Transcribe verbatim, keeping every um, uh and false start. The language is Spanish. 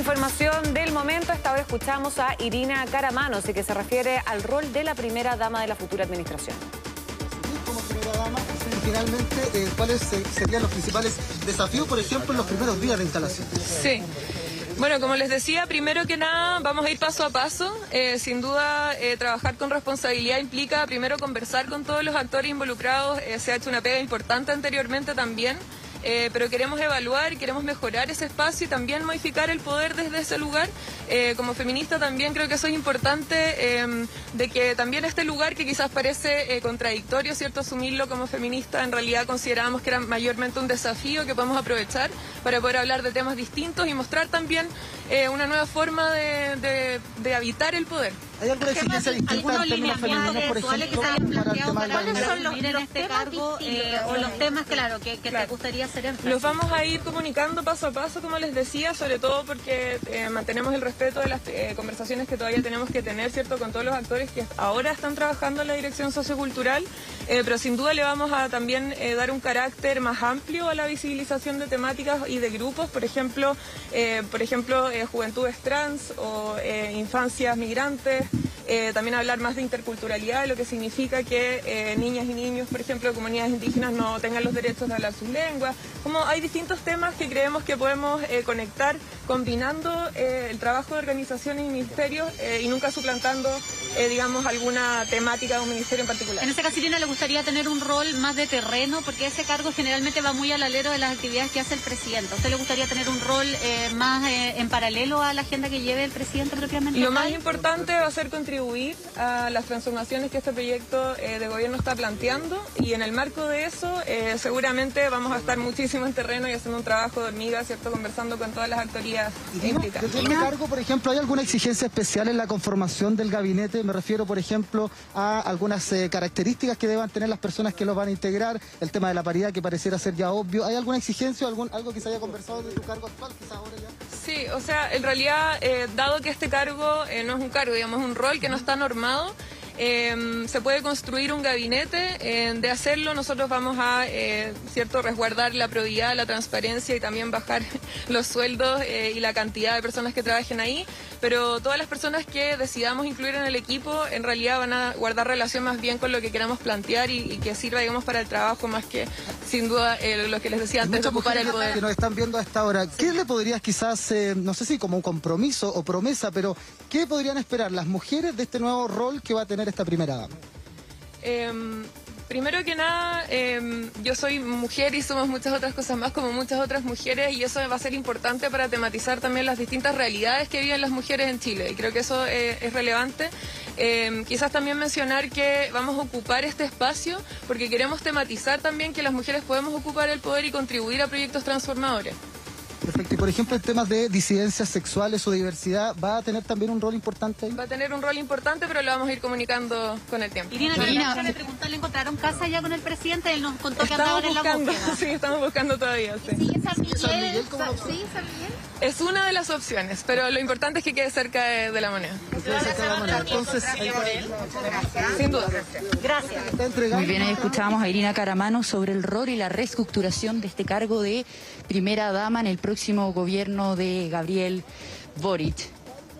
Información del momento. Esta hora escuchamos a Irina Caramanos, y que se refiere al rol de la primera dama de la futura administración. Como primera dama, finalmente, eh, ¿cuáles serían los principales desafíos, por ejemplo, en los primeros días de instalación? Sí. Bueno, como les decía, primero que nada vamos a ir paso a paso. Eh, sin duda, eh, trabajar con responsabilidad implica primero conversar con todos los actores involucrados. Eh, se ha hecho una pega importante anteriormente también. Eh, pero queremos evaluar, queremos mejorar ese espacio y también modificar el poder desde ese lugar. Eh, como feminista también creo que eso es importante, eh, de que también este lugar que quizás parece eh, contradictorio, ¿cierto?, asumirlo como feminista, en realidad considerábamos que era mayormente un desafío que podemos aprovechar para poder hablar de temas distintos y mostrar también eh, una nueva forma de, de, de habitar el poder. ¿Hay alguna exigencia distinta en términos femeninos, por ejemplo, para el tema del ¿Cuáles son los, en los este temas cargo eh, o los temas, claro, que, que Claro. te gustaría hacer énfasis? Los vamos a ir comunicando paso a paso, como les decía, sobre todo porque eh, mantenemos el respeto de las eh, conversaciones que todavía tenemos que tener, ¿cierto?, con todos los actores que ahora están trabajando en la dirección sociocultural, eh, pero sin duda le vamos a también eh, dar un carácter más amplio a la visibilización de temáticas y de grupos, por ejemplo, eh, por ejemplo eh, juventudes trans o eh, infancias migrantes. Eh, también hablar más de interculturalidad, lo que significa que eh, niñas y niños, por ejemplo, de comunidades indígenas no tengan los derechos de hablar sus lenguas. Como hay distintos temas que creemos que podemos eh, conectar combinando eh, el trabajo de organizaciones y ministerios eh, y nunca suplantando, eh, digamos, alguna temática de un ministerio en particular. En ese caso, Irina, le gustaría tener un rol más de terreno, porque ese cargo generalmente va muy al alero de las actividades que hace el presidente. ¿A usted le gustaría tener un rol eh, más eh, en paralelo a la agenda que lleve el presidente propiamente? Lo más importante va a ser contribuir a las transformaciones que este proyecto eh, de gobierno está planteando, y en el marco de eso eh, seguramente vamos a estar muchísimo en terreno y haciendo un trabajo de hormiga, ¿cierto?, conversando con todas las autoridades implicadas. Desde el cargo, por ejemplo, ¿hay alguna exigencia especial en la conformación del gabinete? Me refiero, por ejemplo, a algunas eh, características que deban tener las personas que los van a integrar, el tema de la paridad que pareciera ser ya obvio. ¿Hay alguna exigencia o algún, algo que se haya conversado de tu cargo actual, quizás ahora ya? Sí, o sea, en realidad, eh, dado que este cargo eh, no es un cargo, digamos, es un rol que no está normado, eh, se puede construir un gabinete. Eh, de hacerlo, nosotros vamos a, eh, cierto, resguardar la probidad, la transparencia y también bajar los sueldos eh, y la cantidad de personas que trabajen ahí. Pero todas las personas que decidamos incluir en el equipo, en realidad van a guardar relación más bien con lo que queramos plantear y, y que sirva, digamos, para el trabajo, más que, sin duda, eh, lo que les decía antes, de ocupar el poder. Que nos están viendo a esta hora, ¿qué le podrías quizás, eh, no sé si como un compromiso o promesa, pero qué podrían esperar las mujeres de este nuevo rol que va a tener esta primera dama? Eh, Primero que nada, eh, yo soy mujer y somos muchas otras cosas más como muchas otras mujeres, y eso va a ser importante para tematizar también las distintas realidades que viven las mujeres en Chile, y creo que eso eh, es relevante. Eh, quizás también mencionar que vamos a ocupar este espacio porque queremos tematizar también que las mujeres podemos ocupar el poder y contribuir a proyectos transformadores. Perfecto. Y por ejemplo, en temas de disidencias sexuales o diversidad, ¿va a tener también un rol importante ahí? Va a tener un rol importante, pero lo vamos a ir comunicando con el tiempo. Irina, Irina, le preguntó, ¿le encontraron casa ya con el presidente? Él nos contó que Estamos andaban en la buscando, búsqueda. sí, estamos buscando todavía, sí. Sí, San Miguel. San Miguel como Sa- opción. sí, San Miguel. Es una de las opciones, pero lo importante es que quede cerca de, de la moneda. Entonces, ahí Sin duda. Gracias. está entregando. Muy bien, ahí escuchábamos a Irina Caramanos sobre el rol y la reestructuración de este cargo de primera dama en el próximo gobierno de Gabriel Boric.